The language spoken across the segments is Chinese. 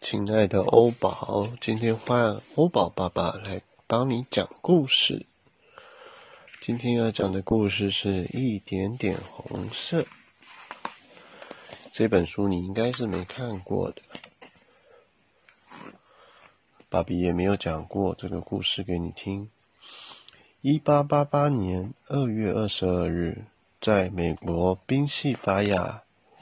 亲爱的欧宝，今天换欧宝爸爸来帮你讲故事。今天要讲的故事是一点点红色。这本书你应该是没看过的，爸比也没有讲过这个故事给你听。1888年2月22日，在美国宾夕法尼亚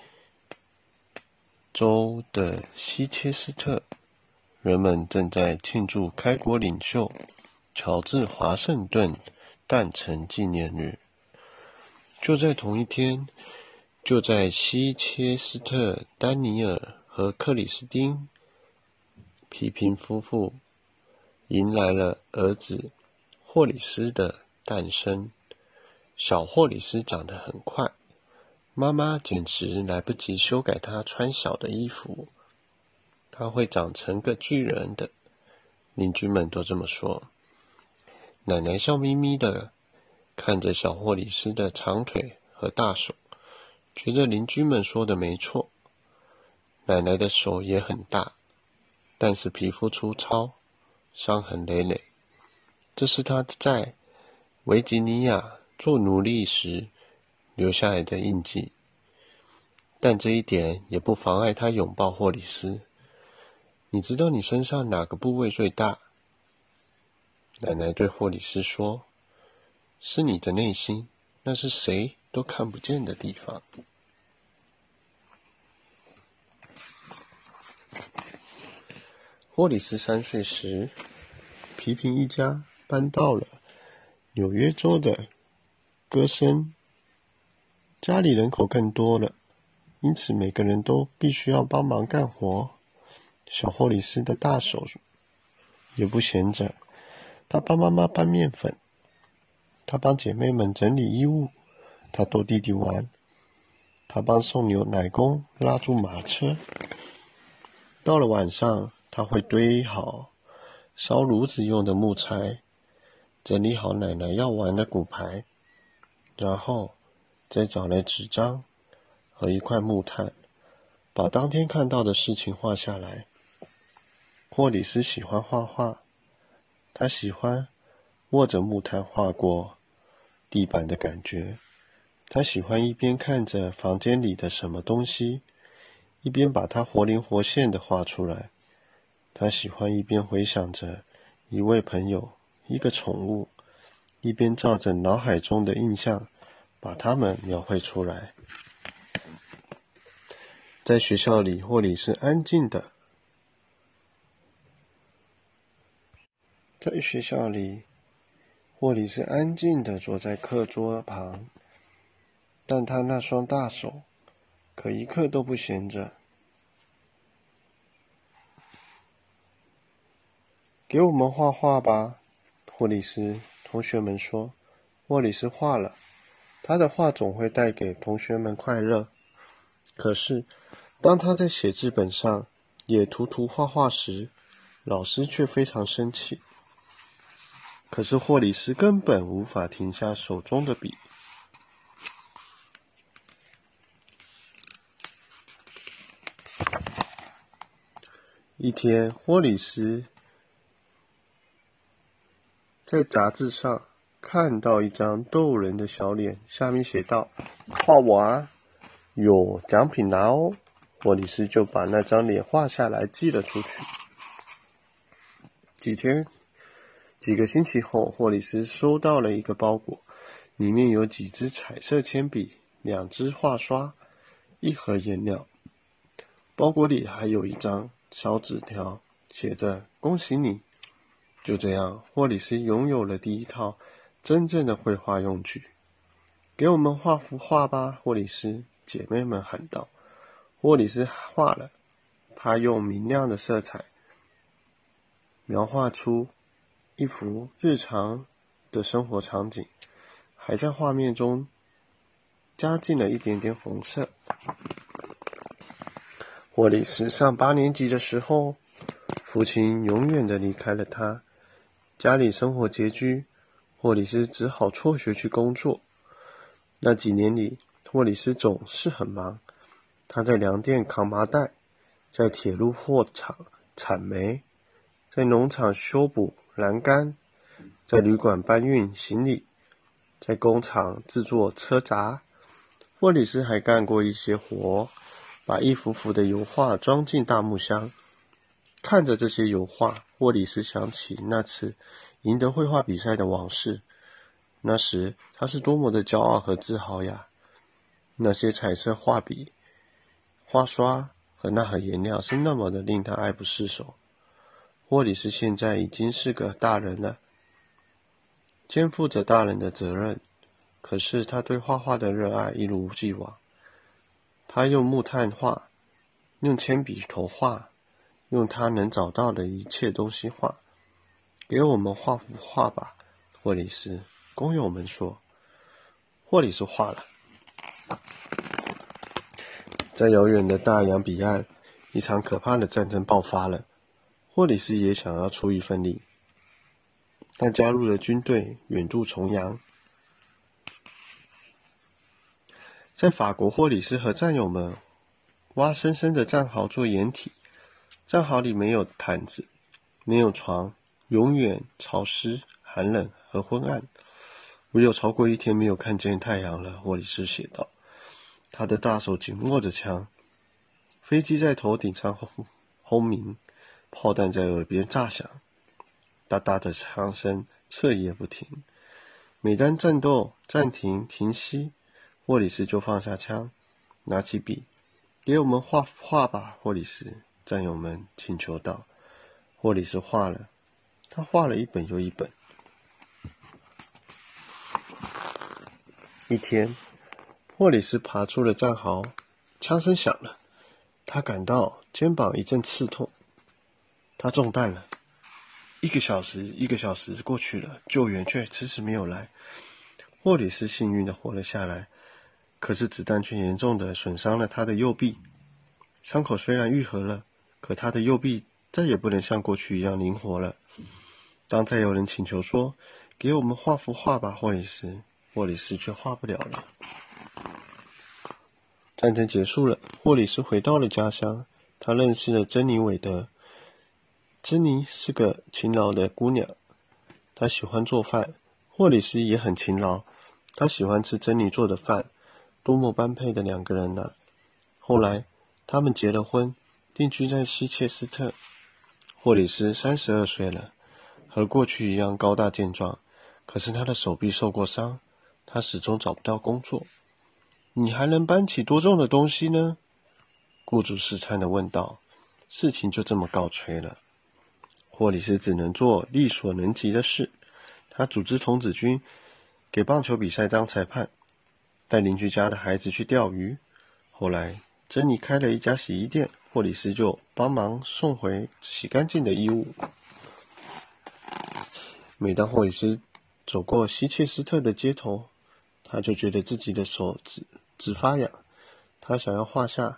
州的西切斯特，人们正在庆祝开国领袖乔治·华盛顿诞辰纪念日。就在同一天，就在西切斯特，丹尼尔和克里斯汀·皮平夫妇迎来了儿子霍里斯的诞生。小霍里斯长得很快，妈妈简直来不及修改他穿小的衣服，他会长成个巨人的，邻居们都这么说。奶奶笑眯眯的看着小霍里斯的长腿和大手，觉得邻居们说的没错。奶奶的手也很大，但是皮肤粗糙，伤痕累累。这是她在维吉尼亚做奴隶时留下来的印记，但这一点也不妨碍她拥抱霍里斯。你知道你身上哪个部位最大？奶奶对霍里斯说，是你的内心，那是谁都看不见的地方。霍里斯3岁时，皮平一家搬到了纽约州的戈森，家里人口更多了，因此每个人都必须要帮忙干活。小霍里斯的大手也不闲着，他帮妈妈搬面粉，他帮姐妹们整理衣物，他逗弟弟玩，他帮送牛奶工拉住马车。到了晚上，他会堆好烧炉子用的木材，整理好奶奶要玩的骨牌，然后再找来纸张和一块木炭，把当天看到的事情画下来。霍里斯喜欢画画，他喜欢握着木炭画过地板的感觉，他喜欢一边看着房间里的什么东西，一边把它活灵活现地画出来。他喜欢一边回想着一位朋友、一个宠物，一边照着脑海中的印象把它们描绘出来。在学校里，霍里斯安静的坐在课桌旁，但他那双大手可一刻都不闲着。给我们画画吧，霍里斯同学们说。霍里斯画了，他的画总会带给同学们快乐。可是当他在写字本上也涂涂画画时，老师却非常生气。可是霍里斯根本无法停下手中的笔。一天，霍里斯在杂志上看到一张逗人的小脸，下面写道：画我啊，有奖品拿哦。霍里斯就把那张脸画下来寄了出去。几个星期后，霍里斯收到了一个包裹，里面有几支彩色铅笔、2支画刷、一盒颜料。包裹里还有一张小纸条，写着恭喜你。就这样，霍里斯拥有了第一套真正的绘画用具。给我们画幅画吧，霍里斯，姐妹们喊道。霍里斯画了，他用明亮的色彩描画出一幅日常的生活场景，还在画面中加进了一点点红色。霍里斯上8年级的时候，父亲永远地离开了他，家里生活拮据，霍里斯只好辍学去工作。那几年里，霍里斯总是很忙，他在粮店扛麻袋，在铁路货场铲煤，在农场修补栏杆，在旅馆搬运行李，在工厂制作车闸。霍里斯还干过一些活，把一幅幅的油画装进大木箱。看着这些油画，霍里斯想起那次赢得绘画比赛的往事。那时他是多么的骄傲和自豪呀！那些彩色画笔、画刷和那盒颜料是那么的令他爱不释手。霍里斯现在已经是个大人了，肩负着大人的责任，可是他对画画的热爱一如既往。他用木炭画，用铅笔头画，用他能找到的一切东西画。给我们画幅画吧，霍里斯，工友们说。霍里斯画了。在遥远的大洋彼岸，一场可怕的战争爆发了。霍里斯也想要出一份力，但加入了军队，远渡重洋。在法国，霍里斯和战友们挖深深的战壕做掩体，战壕里没有毯子，没有床，永远潮湿、寒冷和昏暗。我有超过一天没有看见太阳了，霍里斯写道。他的大手紧握着枪，飞机在头顶上轰鸣，炮弹在耳边炸响，哒哒的枪声彻夜不停。每当战斗暂停停息，霍里斯就放下枪，拿起笔，给我们画幅画吧，霍里斯，战友们请求道。霍里斯画了，他画了一本又一本。一天，霍里斯爬出了战壕，枪声响了，他感到肩膀一阵刺痛，他中弹了。一个小时过去了，救援却迟迟没有来。霍里斯幸运地活了下来，可是子弹却严重地损伤了他的右臂。伤口虽然愈合了，可他的右臂再也不能像过去一样灵活了。当再有人请求说，给我们画幅画吧，霍里斯却画不了了。战争结束了，霍里斯回到了家乡，他认识了珍妮韦德。珍妮是个勤劳的姑娘，她喜欢做饭，霍里斯也很勤劳，他喜欢吃珍妮做的饭，多么般配的两个人啊！后来他们结了婚，定居在希切斯特。霍里斯32岁了，和过去一样高大健壮，可是他的手臂受过伤，他始终找不到工作。你还能搬起多重的东西呢？雇主试探地问道。事情就这么告吹了。霍里斯只能做力所能及的事。他组织童子军，给棒球比赛当裁判，带邻居家的孩子去钓鱼。后来珍妮开了一家洗衣店，霍里斯就帮忙送回洗干净的衣物。每当霍里斯走过希切斯特的街头，他就觉得自己的手指发痒。他想要画下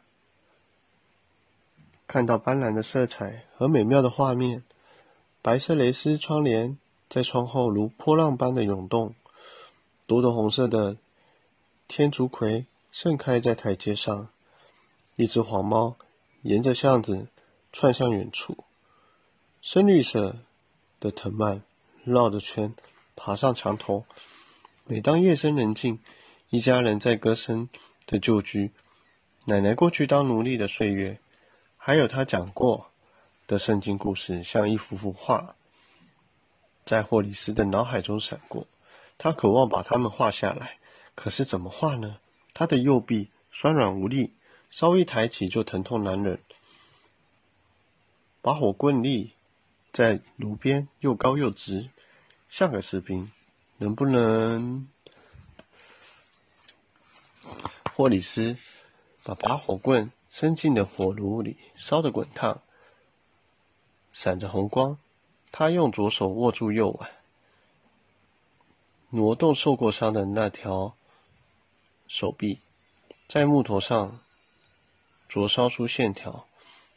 看到斑斓的色彩和美妙的画面，白色蕾丝窗帘在窗后如波浪般的涌动，朵朵红色的天竺葵盛开在台阶上，一只黄猫沿着巷子窜向远处，深绿色的藤蔓绕着圈爬上墙头。每当夜深人静，一家人在歌声的旧居，奶奶过去当奴隶的岁月，还有他讲过的圣经故事，像一幅幅画在霍里斯的脑海中闪过。他渴望把它们画下来，可是怎么画呢？他的右臂酸软无力，稍一抬起就疼痛难忍。把火棍立在炉边，又高又直，像个士兵。能不能？霍里斯把火棍伸进了火炉里，烧得滚烫，闪着红光。他用左手握住右腕，挪动受过伤的那条手臂，在木头上灼烧出线条。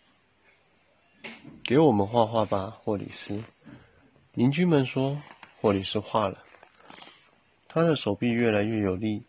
给我们画画吧，霍里斯。邻居们说。霍里斯画了，他的手臂越来越有力，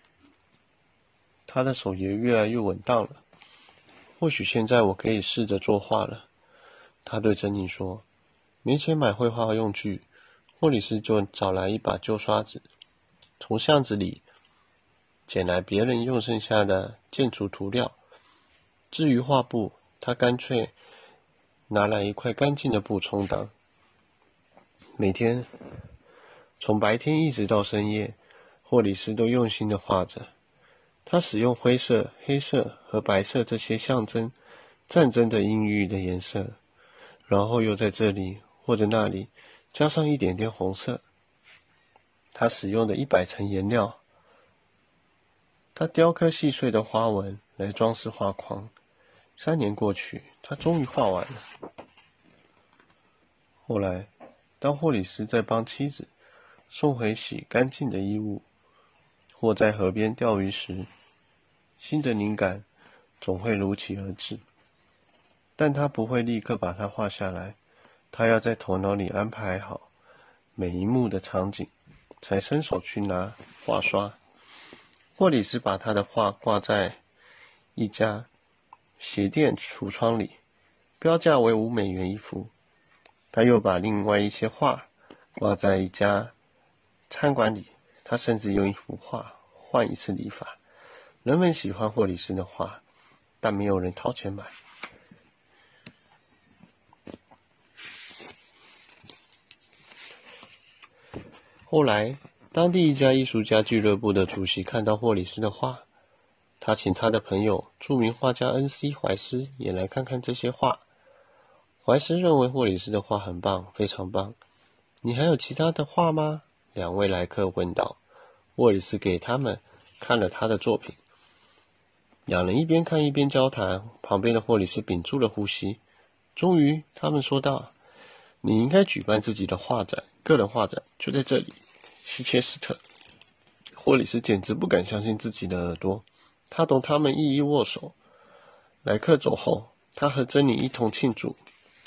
他的手也越来越稳当了。或许现在我可以试着作画了。 他对珍妮说，没钱买绘画用具，霍里斯就找来一把旧刷子，从巷子里捡来别人用剩下的建筑涂料。至于画布，他干脆拿来一块干净的布充当。每天从白天一直到深夜，霍里斯都用心地画着。他使用灰色、黑色和白色这些象征战争的阴郁的颜色，然后又在这里或者那里加上一点点红色。他使用的100层颜料，他雕刻细碎的花纹来装饰画框。3年过去，他终于画完了。后来，当霍里斯在帮妻子送回洗干净的衣物，或在河边钓鱼时，新的灵感总会如期而至。但他不会立刻把它画下来，他要在头脑里安排好每一幕的场景，才伸手去拿画刷。霍里斯把他的画挂在一家鞋店橱窗里，标价为$5一幅。他又把另外一些画挂在一家餐馆里，他甚至用一幅画换一次理发。人们喜欢霍里斯的画，但没有人掏钱买。后来，当地一家艺术家俱乐部的主席看到霍里斯的画，他请他的朋友著名画家N.C. 怀斯也来看看这些画。怀斯认为霍里斯的画很棒，非常棒。你还有其他的画吗？2位来客问道。霍里斯给他们看了他的作品。两人一边看一边交谈，旁边的霍里斯屏住了呼吸。终于，他们说道，你应该举办自己的画展，个人画展，就在这里，希切斯特。霍里斯简直不敢相信自己的耳朵，他同他们一一握手。来客走后，他和珍妮一同庆祝。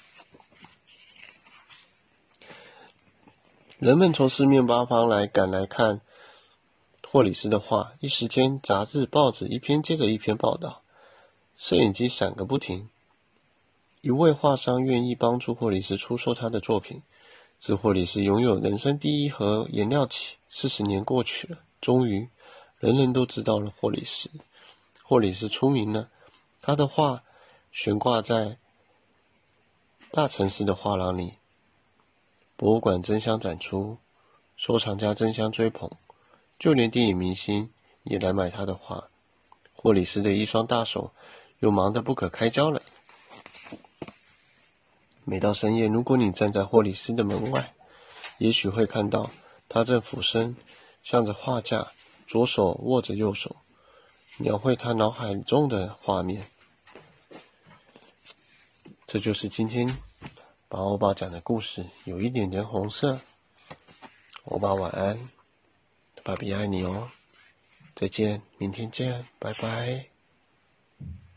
人们从四面八方赶来看霍里斯的画，一时间杂志、报纸一篇接着一篇报道，摄影机闪个不停。一位画商愿意帮助霍里斯出售他的作品。自霍里斯拥有人生第一盒颜料起，40年过去了，终于，人人都知道了霍里斯。霍里斯出名了，他的画悬挂在大城市的画廊里，博物馆争相展出，收藏家争相追捧，就连电影明星也来买他的画。霍里斯的一双大手又忙得不可开交了。每到深夜，如果你站在霍里斯的门外，也许会看到他正俯身向着画架，左手握着右手，描绘他脑海中的画面。这就是今天把欧巴讲的故事，有一点点红色。欧巴晚安，爸比爱你哦，再见，明天见，拜拜。